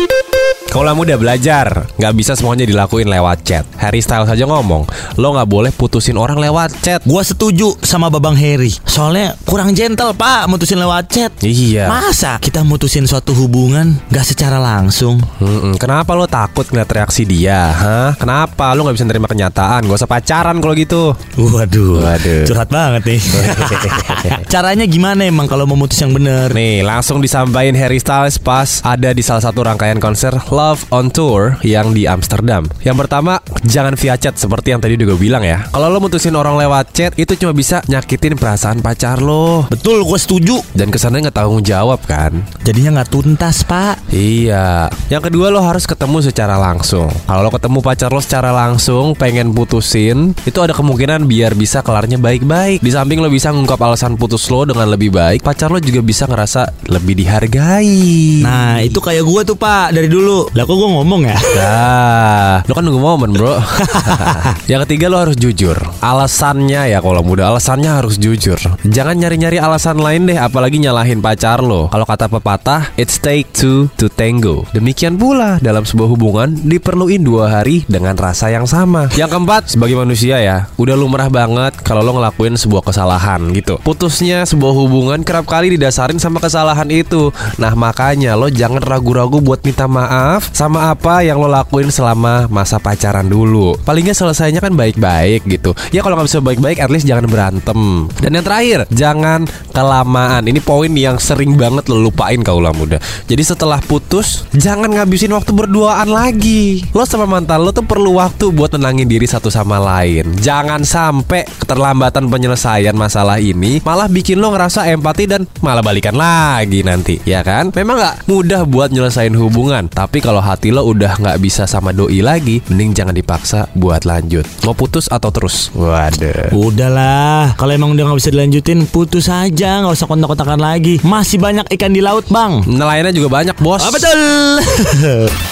Kaulah muda belajar, gak bisa semuanya dilakuin lewat chat. Harry Styles aja ngomong, lo gak boleh putusin orang lewat chat. Gua setuju sama Babang Harry. Soalnya kurang gentle pak mutusin lewat chat. Iya. Masa kita mutusin suatu hubungan gak secara langsung? Kenapa lo takut ngeliat reaksi dia? Hah? Kenapa lo gak bisa nerima kenyataan? Gak usah pacaran kalau gitu. Waduh. Curhat banget nih. Caranya gimana emang kalau mau mutus yang bener? Nih langsung disampaikan Harry Styles pas ada di salah satu rangkaian konser Love on Tour yang di Amsterdam. Yang pertama, jangan via chat seperti yang tadi udah gue bilang ya. Kalau lo mutusin orang lewat chat, itu cuma bisa nyakitin perasaan pacar lo. Betul, gue setuju. Dan kesannya gak tanggung jawab kan. Jadinya gak tuntas pak. Iya. Yang kedua, lo harus ketemu secara langsung. Kalau lo ketemu pacar lo secara langsung, pengen putusin, itu ada kemungkinan biar bisa kelarnya baik-baik. Di samping lo bisa ngungkap alasan putus lo dengan lebih baik, pacar lo juga bisa ngerasa lebih dihargai. Nah itu kayak gue tuh pak dari dulu. Lah kok gue ngomong ya? Nah, lo kan nunggu momen bro. Yang ketiga, lo harus jujur. Alasannya ya kalau muda, alasannya harus jujur. Jangan nyari-nyari alasan lain deh, apalagi nyalahin pacar lo. Kalau kata pepatah, it's take two to tango. Demikian pula dalam sebuah hubungan diperluin 2 hari dengan rasa yang sama. Yang keempat, sebagai manusia ya, udah lumrah banget kalau lo ngelakuin sebuah kesalahan gitu. Putusnya sebuah hubungan kerap kali didasarin sama kesalahan itu. Nah makanya lo jangan ragu-ragu buat minta maaf sama apa yang lo lakuin selama masa pacaran dulu. Palingnya selesainya kan baik-baik gitu. Ya kalau gak bisa baik-baik, at least jangan berantem. Dan yang terakhir, jangan kelamaan. Ini poin yang sering banget lo lupain kaulah muda. Jadi setelah putus, jangan ngabisin waktu berduaan lagi. Lo sama mantan lo tuh perlu waktu buat tenangin diri satu sama lain. Jangan sampai keterlambatan penyelesaian masalah ini malah bikin lo ngerasa empati dan malah balikan lagi nanti, ya kan? Memang gak mudah buat nyelesain hubungan, tapi kalau hati lo udah gak bisa sama doi lagi, mending jangan dipaksa buat lanjut. Mau putus atau terus? Waduh. Udahlah, kalau emang udah gak bisa dilanjutin, putus aja, gak usah kontak-kontakan lagi. Masih banyak ikan di laut bang. Nelayannya juga banyak bos. Betul.